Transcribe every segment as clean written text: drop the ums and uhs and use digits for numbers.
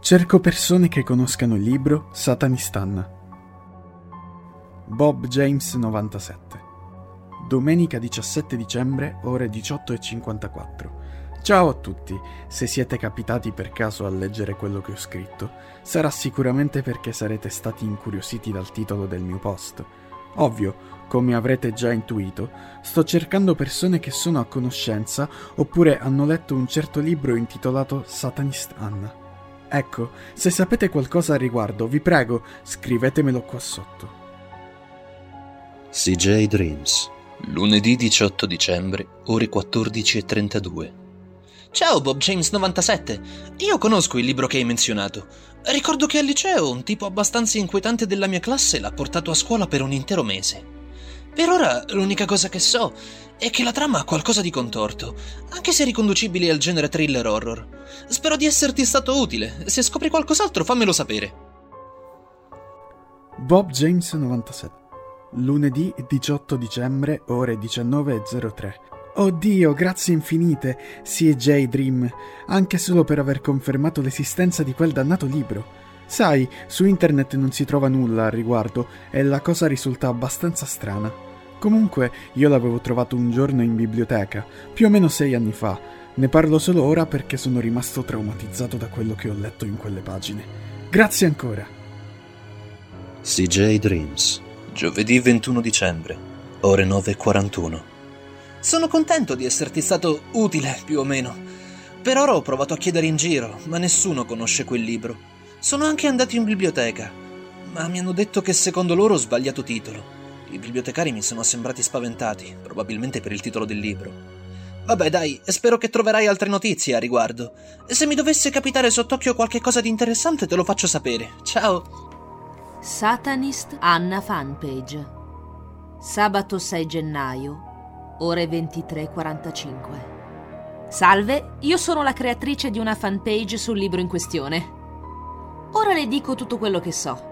Cerco persone che conoscano il libro Satanist Anna. Bob James 97. Domenica 17 dicembre, ore 18:54. Ciao a tutti, se siete capitati per caso a leggere quello che ho scritto, sarà sicuramente perché sarete stati incuriositi dal titolo del mio post. Ovvio, come avrete già intuito, sto cercando persone che sono a conoscenza oppure hanno letto un certo libro intitolato Satanist Anna. Ecco, se sapete qualcosa al riguardo, vi prego, scrivetemelo qua sotto. CJ Dreams, lunedì 18 dicembre, ore 14:32. Ciao Bob James 97, io conosco il libro che hai menzionato. Ricordo che al liceo un tipo abbastanza inquietante della mia classe l'ha portato a scuola per un intero mese. Per ora l'unica cosa che so è che la trama ha qualcosa di contorto, anche se riconducibile al genere thriller horror. Spero di esserti stato utile, se scopri qualcos'altro fammelo sapere. Bob James 97. Lunedì 18 dicembre, ore 19:03. Oddio, grazie infinite, CJ Dream, anche solo per aver confermato l'esistenza di quel dannato libro. Sai, su internet non si trova nulla al riguardo e la cosa risulta abbastanza strana. Comunque, io l'avevo trovato un giorno in biblioteca, più o meno 6 anni fa. Ne parlo solo ora perché sono rimasto traumatizzato da quello che ho letto in quelle pagine. Grazie ancora. CJ Dreams, giovedì 21 dicembre, ore 9:41. Sono contento di esserti stato utile, più o meno. Per ora ho provato a chiedere in giro, ma nessuno conosce quel libro. Sono anche andato in biblioteca, ma mi hanno detto che secondo loro ho sbagliato titolo. I bibliotecari mi sono sembrati spaventati, probabilmente per il titolo del libro. Vabbè dai, spero che troverai altre notizie a riguardo. Se mi dovesse capitare sott'occhio qualche cosa di interessante te lo faccio sapere. Ciao! Satanist Anna fanpage. Sabato 6 gennaio, ore 23:45. Salve, io sono la creatrice di una fanpage sul libro in questione. Ora le dico tutto quello che so.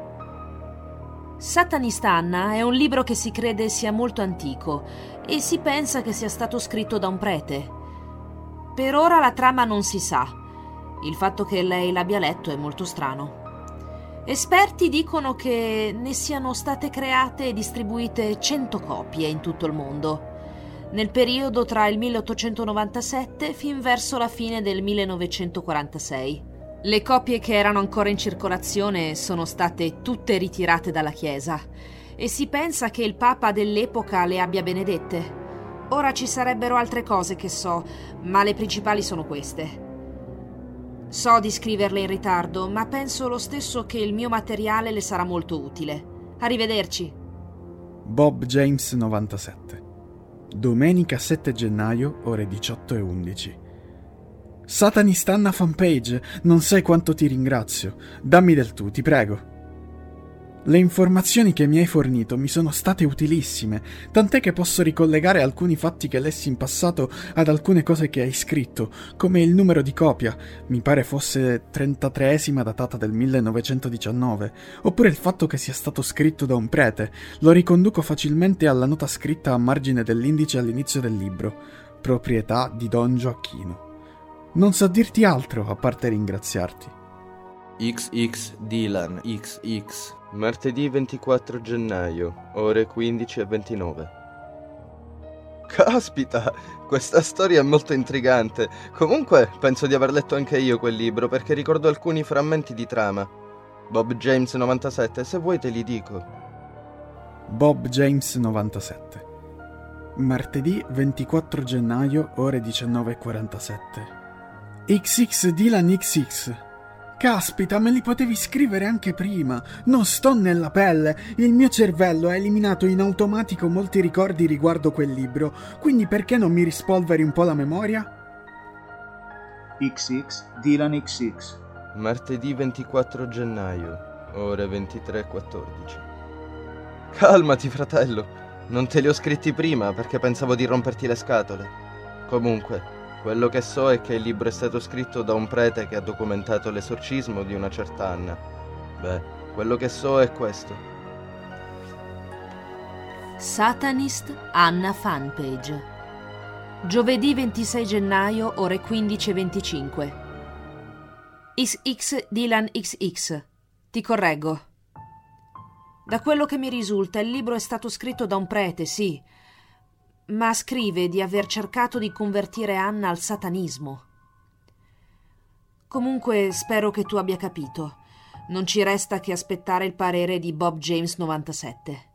Satanist Anna è un libro che si crede sia molto antico e si pensa che sia stato scritto da un prete. Per ora la trama non si sa. Il fatto che lei l'abbia letto è molto strano. Esperti dicono che ne siano state create e distribuite 100 copie in tutto il mondo, nel periodo tra il 1897 fin verso la fine del 1946. Le copie che erano ancora in circolazione sono state tutte ritirate dalla Chiesa e si pensa che il Papa dell'epoca le abbia benedette. Ora ci sarebbero altre cose che so, ma le principali sono queste. So di scriverle in ritardo, ma penso lo stesso che il mio materiale le sarà molto utile. Arrivederci. Bob James 97. Domenica 7 gennaio, ore 18:11. Satanist Anna fanpage, non sai quanto ti ringrazio. Dammi del tu, ti prego. Le informazioni che mi hai fornito mi sono state utilissime, tant'è che posso ricollegare alcuni fatti che lessi in passato ad alcune cose che hai scritto, come il numero di copia, mi pare fosse 33esima datata del 1919, oppure il fatto che sia stato scritto da un prete. Lo riconduco facilmente alla nota scritta a margine dell'indice all'inizio del libro, proprietà di Don Gioacchino. Non so dirti altro a parte ringraziarti. XX Dylan XX, martedì 24 gennaio, ore 15:29. Caspita, questa storia è molto intrigante. Comunque penso di aver letto anche io quel libro perché ricordo alcuni frammenti di trama. Bob James 97, se vuoi te li dico. Bob James 97. Martedì 24 gennaio, ore 19:47. XX Dylan XX. Caspita, me li potevi scrivere anche prima. Non sto nella pelle. Il mio cervello ha eliminato in automatico molti ricordi riguardo quel libro. Quindi perché non mi rispolveri un po' la memoria? XX Dylan XX. Martedì 24 gennaio, ore 23:14. Calmati, fratello. Non te li ho scritti prima perché pensavo di romperti le scatole. Comunque, quello che so è che il libro è stato scritto da un prete che ha documentato l'esorcismo di una certa Anna. Beh, quello che so è questo. Satanist Anna fanpage. Giovedì 26 gennaio, ore 15:25. XX Dylan XX. Ti correggo. Da quello che mi risulta, il libro è stato scritto da un prete, sì, ma scrive di aver cercato di convertire Anna al satanismo. Comunque spero che tu abbia capito. Non ci resta che aspettare il parere di Bob James 97.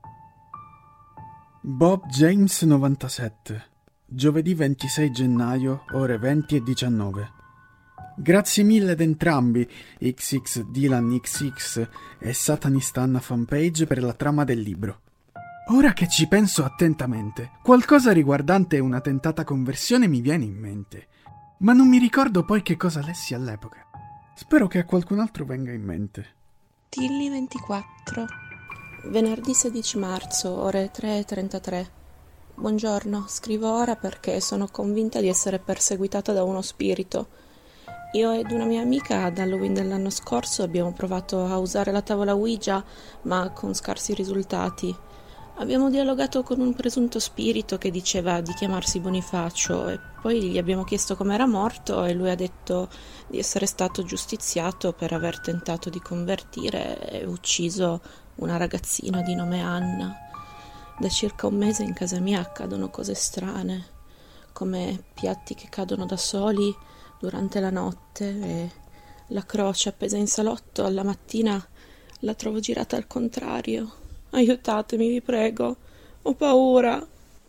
Bob James 97, giovedì 26 gennaio, ore 20:19. Grazie mille ad entrambi, XX Dylan XX e Satanist Anna Fanpage, per la trama del libro. Ora che ci penso attentamente, qualcosa riguardante una tentata conversione mi viene in mente, ma non mi ricordo poi che cosa lessi all'epoca. Spero che a qualcun altro venga in mente. Tilly 24, venerdì 16 marzo, ore 3:33. Buongiorno, scrivo ora perché sono convinta di essere perseguitata da uno spirito. Io ed una mia amica ad Halloween dell'anno scorso abbiamo provato a usare la tavola Ouija, ma con scarsi risultati. Abbiamo dialogato con un presunto spirito che diceva di chiamarsi Bonifacio e poi gli abbiamo chiesto com'era morto e lui ha detto di essere stato giustiziato per aver tentato di convertire e ucciso una ragazzina di nome Anna. Da circa un mese in casa mia accadono cose strane, come piatti che cadono da soli durante la notte e la croce appesa in salotto alla mattina la trovo girata al contrario. Aiutatemi, vi prego, ho paura.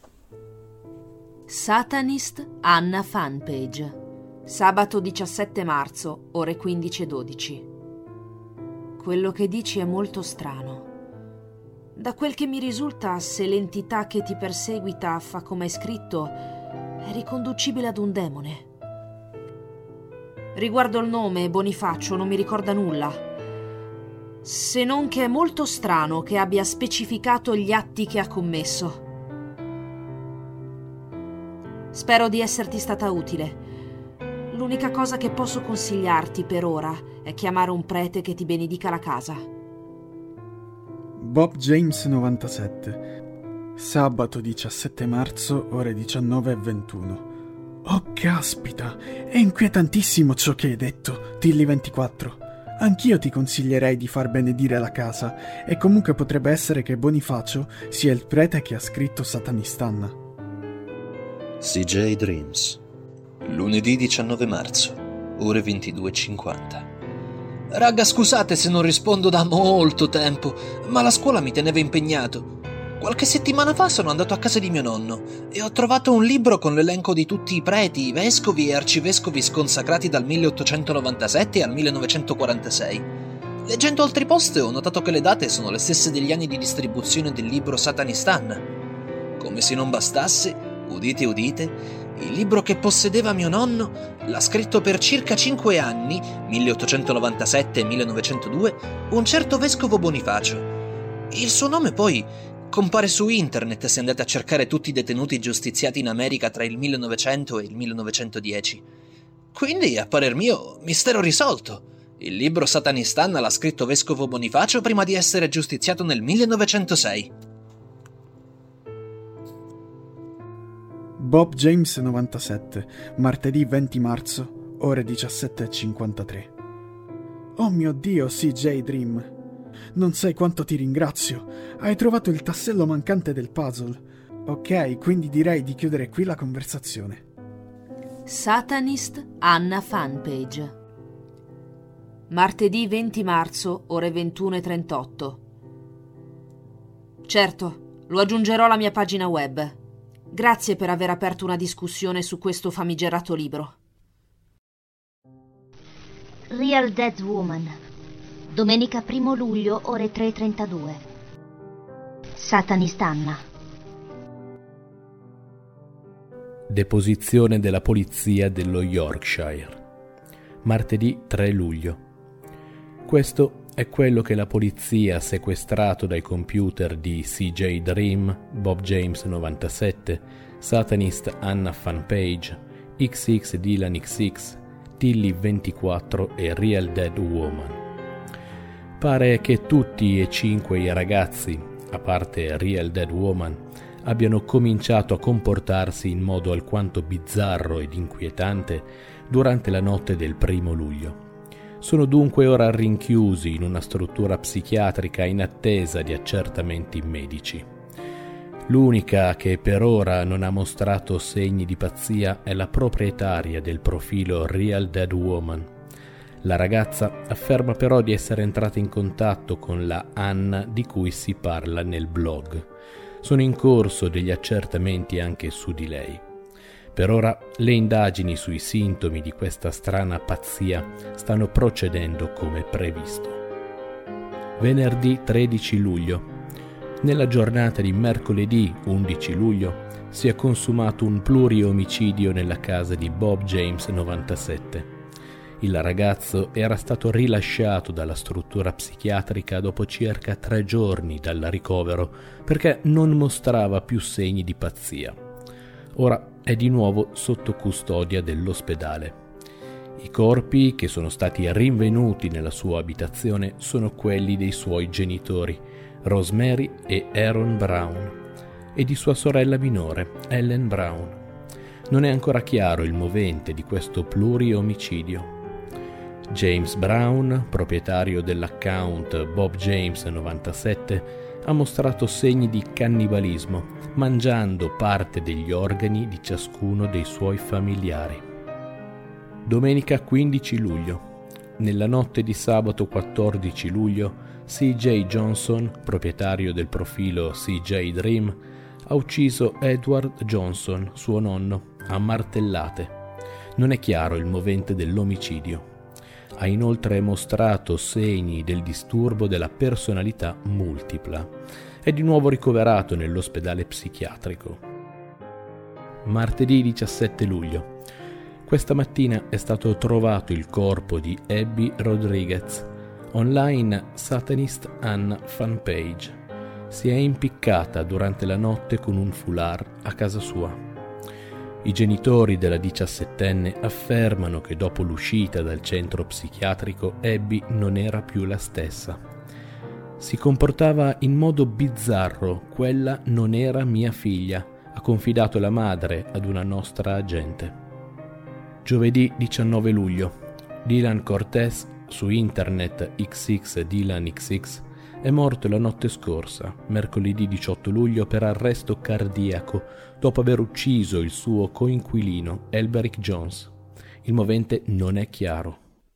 Satanist Anna Fanpage, sabato 17 marzo, ore 15:12. Quello che dici è molto strano. Da quel che mi risulta, se l'entità che ti perseguita fa come è scritto, è riconducibile ad un demone. Riguardo il nome, Bonifacio, non mi ricorda nulla, se non che è molto strano che abbia specificato gli atti che ha commesso. Spero di esserti stata utile. L'unica cosa che posso consigliarti per ora è chiamare un prete che ti benedica la casa. Bob James 97, sabato 17 marzo, ore 19:21. Oh caspita, è inquietantissimo ciò che hai detto, Tilly 24. Anch'io ti consiglierei di far benedire la casa, e comunque potrebbe essere che Bonifacio sia il prete che ha scritto Satanist Anna. CJ Dreams, lunedì 19 marzo, ore 22:50. Raga, scusate se non rispondo da molto tempo, ma la scuola mi teneva impegnato. Qualche settimana fa sono andato a casa di mio nonno e ho trovato un libro con l'elenco di tutti i preti, vescovi e arcivescovi sconsacrati dal 1897 al 1946. Leggendo altri post ho notato che le date sono le stesse degli anni di distribuzione del libro Satanist Anna. Come se non bastasse, udite udite, il libro che possedeva mio nonno l'ha scritto per circa 5 anni, 1897 e 1902, un certo vescovo Bonifacio. Il suo nome poi compare su internet se andate a cercare tutti i detenuti giustiziati in America tra il 1900 e il 1910. Quindi, a parer mio, mistero risolto. Il libro Satanist Anna l'ha scritto vescovo Bonifacio prima di essere giustiziato nel 1906. Bob James 97, martedì 20 marzo, ore 17:53. Oh mio Dio, CJ Dream. Non sai quanto ti ringrazio. Hai trovato il tassello mancante del puzzle. Ok, quindi direi di chiudere qui la conversazione. Satanist Anna Fanpage, martedì 20 marzo, ore 21:38. Certo, lo aggiungerò alla mia pagina web. Grazie per aver aperto una discussione su questo famigerato libro. Real Dead Woman, domenica 1 luglio, ore 3:32. Satanist Anna. Deposizione della polizia dello Yorkshire, martedì 3 luglio. Questo è quello che la polizia ha sequestrato dai computer di CJ Dream, Bob James 97, Satanist Anna Fanpage, XX Dylan XX, Tilly 24 e Real Dead Woman. Pare che tutti e 5 i ragazzi, a parte Real Dead Woman, abbiano cominciato a comportarsi in modo alquanto bizzarro ed inquietante durante la notte del 1 luglio. Sono dunque ora rinchiusi in una struttura psichiatrica in attesa di accertamenti medici. L'unica che per ora non ha mostrato segni di pazzia è la proprietaria del profilo Real Dead Woman. La ragazza afferma però di essere entrata in contatto con la Anna di cui si parla nel blog. Sono in corso degli accertamenti anche su di lei. Per ora le indagini sui sintomi di questa strana pazzia stanno procedendo come previsto. Venerdì 13 luglio. Nella giornata di mercoledì 11 luglio si è consumato un pluriomicidio nella casa di Bob James, 97. Il ragazzo era stato rilasciato dalla struttura psichiatrica dopo circa 3 giorni dal ricovero perché non mostrava più segni di pazzia. Ora è di nuovo sotto custodia dell'ospedale. I corpi che sono stati rinvenuti nella sua abitazione sono quelli dei suoi genitori, Rosemary e Aaron Brown, e di sua sorella minore, Ellen Brown. Non è ancora chiaro il movente di questo pluriomicidio. James Brown, proprietario dell'account Bob James 97, ha mostrato segni di cannibalismo, mangiando parte degli organi di ciascuno dei suoi familiari. Domenica 15 luglio. Nella notte di sabato 14 luglio, C.J. Johnson, proprietario del profilo CJ Dream, ha ucciso Edward Johnson, suo nonno, a martellate. Non è chiaro il movente dell'omicidio. Ha inoltre mostrato segni del disturbo della personalità multipla. È di nuovo ricoverato nell'ospedale psichiatrico. Martedì 17 luglio. Questa mattina è stato trovato il corpo di Abby Rodriguez. Online Satanist Anna fanpage. Si è impiccata durante la notte con un foulard a casa sua. I genitori della 17enne affermano che dopo l'uscita dal centro psichiatrico Abby non era più la stessa. Si comportava in modo bizzarro, quella non era mia figlia, ha confidato la madre ad una nostra agente. Giovedì 19 luglio. Dylan Cortez, su internet XX Dylan XX, è morto la notte scorsa, mercoledì 18 luglio, per arresto cardiaco dopo aver ucciso il suo coinquilino Elberic Jones. Il movente non è chiaro.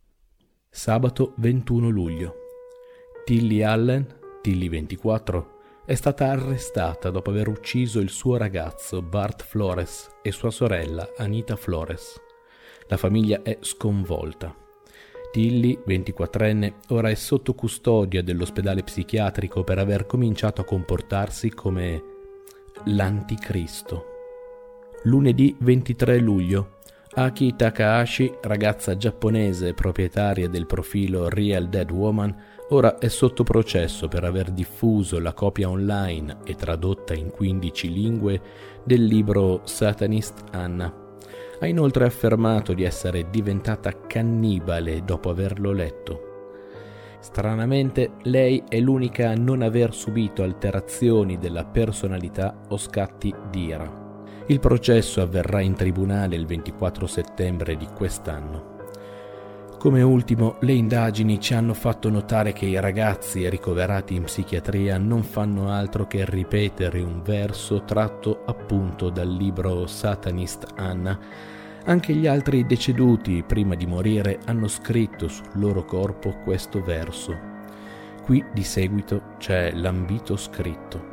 Sabato 21 luglio. Tilly Allen, Tilly 24, è stata arrestata dopo aver ucciso il suo ragazzo Bart Flores e sua sorella Anita Flores. La famiglia è sconvolta. Tilly, 24enne, ora è sotto custodia dell'ospedale psichiatrico per aver cominciato a comportarsi come l'anticristo. Lunedì 23 luglio. Aki Takahashi, ragazza giapponese proprietaria del profilo Real Dead Woman, ora è sotto processo per aver diffuso la copia online e tradotta in 15 lingue del libro Satanist Anna. Ha inoltre affermato di essere diventata cannibale dopo averlo letto. Stranamente, lei è l'unica a non aver subito alterazioni della personalità o scatti di ira. Il processo avverrà in tribunale il 24 settembre di quest'anno. Come ultimo, le indagini ci hanno fatto notare che i ragazzi ricoverati in psichiatria non fanno altro che ripetere un verso tratto appunto dal libro Satanist Anna. Anche gli altri deceduti prima di morire hanno scritto sul loro corpo questo verso. Qui di seguito c'è l'ambito scritto.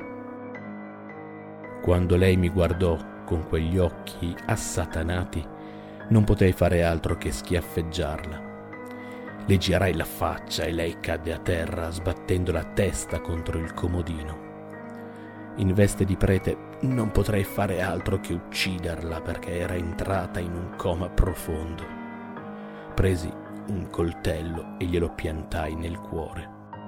Quando lei mi guardò con quegli occhi assatanati, non potei fare altro che schiaffeggiarla. Le girai la faccia e lei cadde a terra sbattendo la testa contro il comodino. In veste di prete non potrei fare altro che ucciderla perché era entrata in un coma profondo. Presi un coltello e glielo piantai nel cuore.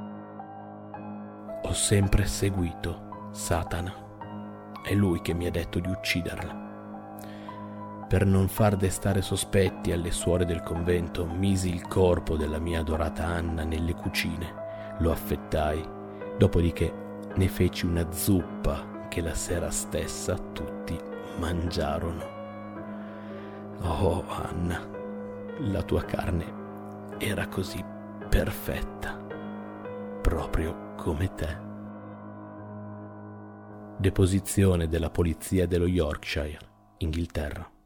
Ho sempre seguito Satana. È lui che mi ha detto di ucciderla. Per non far destare sospetti alle suore del convento, misi il corpo della mia adorata Anna nelle cucine, lo affettai, dopodiché ne feci una zuppa che la sera stessa tutti mangiarono. Oh, Anna, la tua carne era così perfetta, proprio come te. Deposizione della polizia dello Yorkshire, Inghilterra.